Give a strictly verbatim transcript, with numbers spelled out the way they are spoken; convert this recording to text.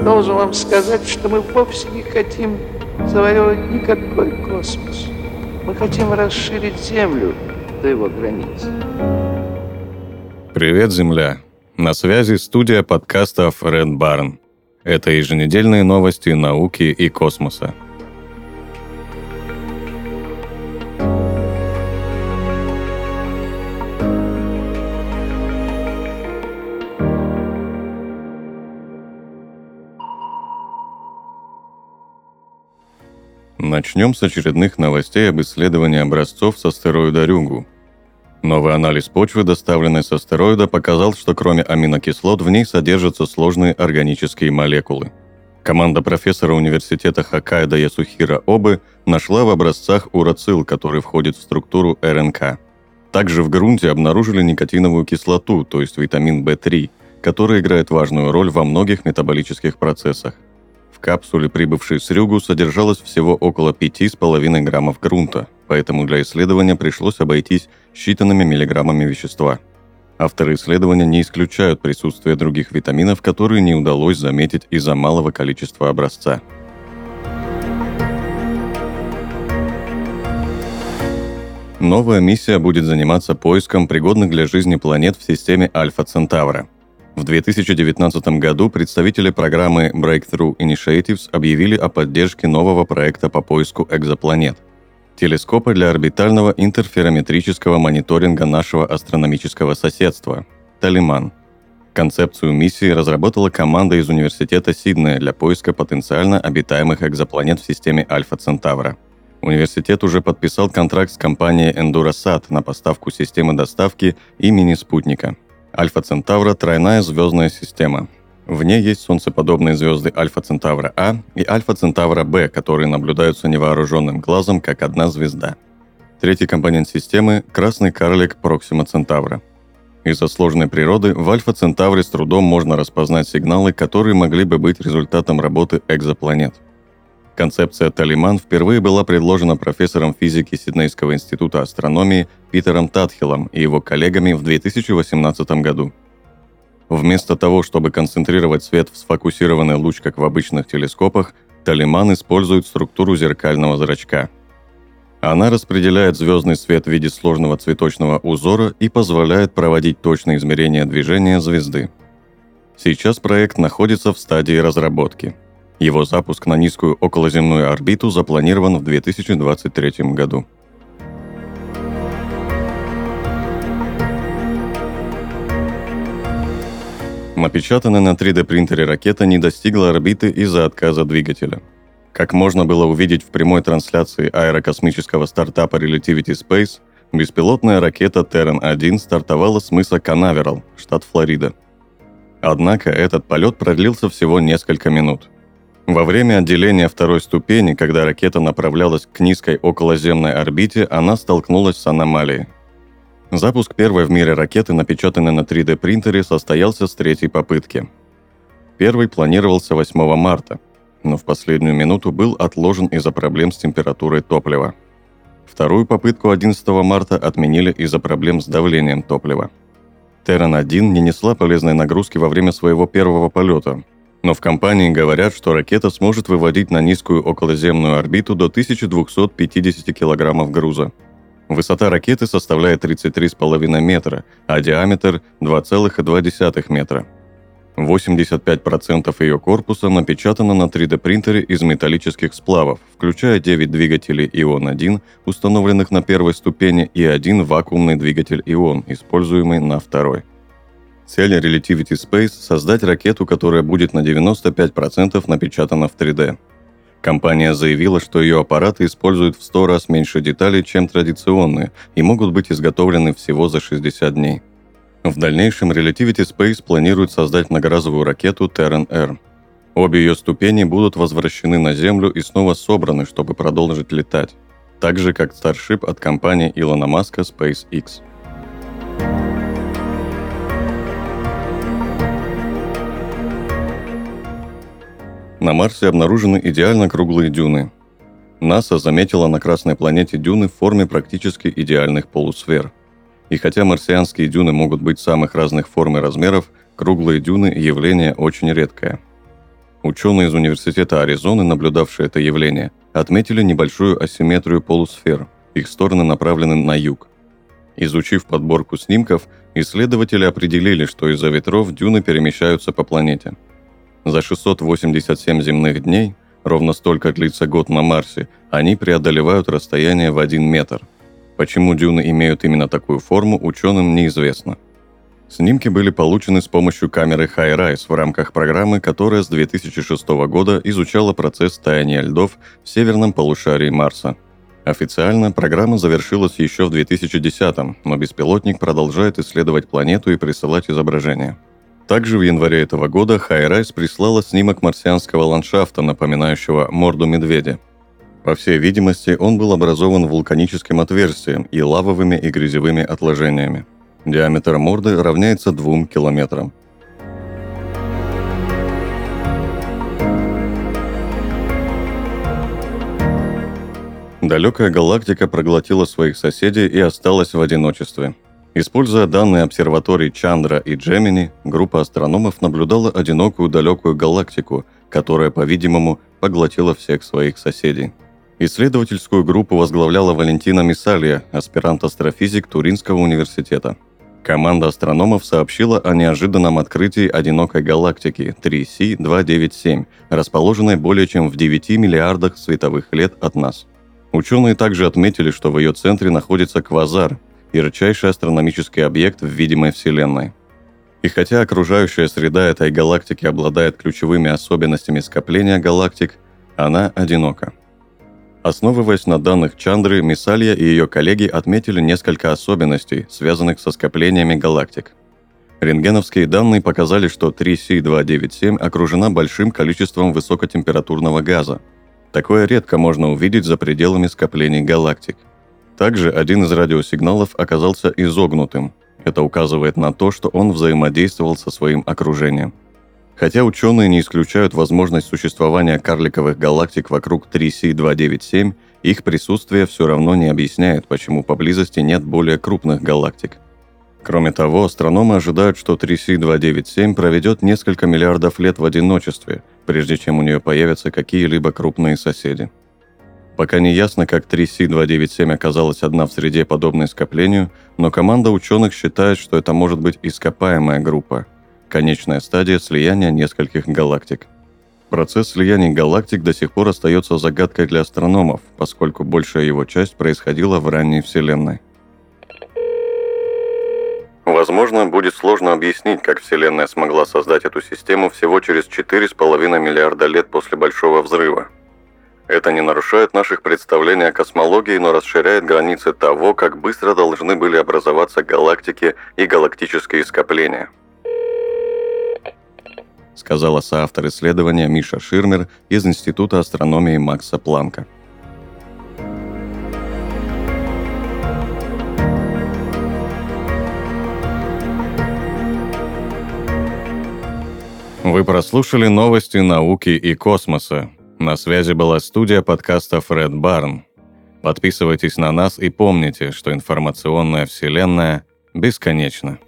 Должен вам сказать, что мы вовсе не хотим завоевывать никакой космос. Мы хотим расширить Землю до его границ. Привет, Земля! На связи студия подкастов Red Barn. Это еженедельные новости науки и космоса. Начнем с очередных новостей об исследовании образцов с астероида Рюгу. Новый анализ почвы, доставленный с астероида, показал, что кроме аминокислот в ней содержатся сложные органические молекулы. Команда профессора университета Хоккайдо Ясухиро Обы нашла в образцах урацил, который входит в структуру эр эн ка. Также в грунте обнаружили никотиновую кислоту, то есть витамин бэ три, который играет важную роль во многих метаболических процессах. В капсуле, прибывшей с Рюгу, содержалось всего около пяти с половиной граммов грунта, поэтому для исследования пришлось обойтись считанными миллиграммами вещества. Авторы исследования не исключают присутствие других витаминов, которые не удалось заметить из-за малого количества образца. Новая миссия будет заниматься поиском пригодных для жизни планет в системе Альфа Центавра. В две тысячи девятнадцатом году представители программы Breakthrough Initiatives объявили о поддержке нового проекта по поиску экзопланет – телескопа для орбитального интерферометрического мониторинга нашего астрономического соседства – Талиман. Концепцию миссии разработала команда из Университета Сиднея для поиска потенциально обитаемых экзопланет в системе Альфа Центавра. Университет уже подписал контракт с компанией Endurasat на поставку системы доставки и мини-спутника. Альфа Центавра – тройная звездная система. В ней есть солнцеподобные звезды Альфа Центавра А и Альфа Центавра Б, которые наблюдаются невооруженным глазом как одна звезда. Третий компонент системы – красный карлик Проксима Центавра. Из-за сложной природы в Альфа Центавре с трудом можно распознать сигналы, которые могли бы быть результатом работы экзопланет. Концепция Талиман впервые была предложена профессором физики Сиднейского института астрономии Питером Татхиллом и его коллегами в две тысячи восемнадцатом году. Вместо того, чтобы концентрировать свет в сфокусированный луч, как в обычных телескопах, Талиман использует структуру зеркального зрачка. Она распределяет звездный свет в виде сложного цветочного узора и позволяет проводить точные измерения движения звезды. Сейчас проект находится в стадии разработки. Его запуск на низкую околоземную орбиту запланирован в две тысячи двадцать третьем году. Напечатанная на три дэ принтере ракета не достигла орбиты из-за отказа двигателя. Как можно было увидеть в прямой трансляции аэрокосмического стартапа Relativity Space, беспилотная ракета Терран один стартовала с мыса Канаверал, штат Флорида. Однако этот полет продлился всего несколько минут. Во время отделения второй ступени, когда ракета направлялась к низкой околоземной орбите, она столкнулась с аномалией. Запуск первой в мире ракеты, напечатанной на три дэ принтере, состоялся с третьей попытки. Первый планировался восьмого марта, но в последнюю минуту был отложен из-за проблем с температурой топлива. Вторую попытку одиннадцатого марта отменили из-за проблем с давлением топлива. Терран один не несла полезной нагрузки во время своего первого полета, но в компании говорят, что ракета сможет выводить на низкую околоземную орбиту до тысяча двести пятьдесят килограммов груза. Высота ракеты составляет тридцать три целых пять десятых метра, а диаметр – два целых два десятых метра. восемьдесят пять процентов ее корпуса напечатано на три дэ принтере из металлических сплавов, включая девять двигателей Ион один, установленных на первой ступени, и один вакуумный двигатель Ион, используемый на второй. Цель Relativity Space – создать ракету, которая будет на девяносто пять процентов напечатана в три дэ. Компания заявила, что ее аппараты используют в сто раз меньше деталей, чем традиционные, и могут быть изготовлены всего за шестьдесят дней. В дальнейшем Relativity Space планирует создать многоразовую ракету Terran-Р. Обе ее ступени будут возвращены на Землю и снова собраны, чтобы продолжить летать, так же как Starship от компании Илона Маска SpaceX. На Марсе обнаружены идеально круглые дюны. НАСА заметила на Красной планете дюны в форме практически идеальных полусфер. И хотя марсианские дюны могут быть самых разных форм и размеров, круглые дюны – явление очень редкое. Ученые из Университета Аризоны, наблюдавшие это явление, отметили небольшую асимметрию полусфер. Их стороны направлены на юг. Изучив подборку снимков, исследователи определили, что из-за ветров дюны перемещаются по планете. За шестьсот восемьдесят семь земных дней, ровно столько длится год на Марсе, они преодолевают расстояние в один метр. Почему дюны имеют именно такую форму, ученым неизвестно. Снимки были получены с помощью камеры HiRISE в рамках программы, которая с две тысячи шестого года изучала процесс таяния льдов в северном полушарии Марса. Официально программа завершилась еще в две тысячи десятом, но беспилотник продолжает исследовать планету и присылать изображения. Также в январе этого года HiRISE прислала снимок марсианского ландшафта, напоминающего морду медведя. По всей видимости, он был образован вулканическим отверстием и лавовыми и грязевыми отложениями. Диаметр морды равняется двум километрам. Далекая галактика проглотила своих соседей и осталась в одиночестве. Используя данные обсерваторий Чандра и Джемини, группа астрономов наблюдала одинокую далекую галактику, которая, по-видимому, поглотила всех своих соседей. Исследовательскую группу возглавляла Валентина Миссалия, аспирант-астрофизик Туринского университета. Команда астрономов сообщила о неожиданном открытии одинокой галактики три си двести девяносто семь, расположенной более чем в девяти миллиардах световых лет от нас. Ученые также отметили, что в ее центре находится квазар, ярчайший астрономический объект в видимой Вселенной. И хотя окружающая среда этой галактики обладает ключевыми особенностями скопления галактик, она одинока. Основываясь на данных Чандры, Миссалия и ее коллеги отметили несколько особенностей, связанных со скоплениями галактик. Рентгеновские данные показали, что три си двести девяносто семь окружена большим количеством высокотемпературного газа. Такое редко можно увидеть за пределами скоплений галактик. Также один из радиосигналов оказался изогнутым. Это указывает на то, что он взаимодействовал со своим окружением. Хотя ученые не исключают возможность существования карликовых галактик вокруг три си двести девяносто семь, их присутствие все равно не объясняет, почему поблизости нет более крупных галактик. Кроме того, астрономы ожидают, что три си двести девяносто семь проведет несколько миллиардов лет в одиночестве, прежде чем у нее появятся какие-либо крупные соседи. Пока не ясно, как три си двести девяносто семь оказалась одна в среде, подобной скоплению, но команда ученых считает, что это может быть ископаемая группа, конечная стадия слияния нескольких галактик. Процесс слияния галактик до сих пор остается загадкой для астрономов, поскольку большая его часть происходила в ранней Вселенной. Возможно, будет сложно объяснить, как Вселенная смогла создать эту систему всего через четыре с половиной миллиарда лет после Большого взрыва. Это не нарушает наших представлений о космологии, но расширяет границы того, как быстро должны были образоваться галактики и галактические скопления, сказала соавтор исследования Миша Ширмер из Института астрономии Макса Планка. Вы прослушали новости науки и космоса. На связи была студия подкастов Red Barn. Подписывайтесь на нас и помните, что информационная вселенная бесконечна.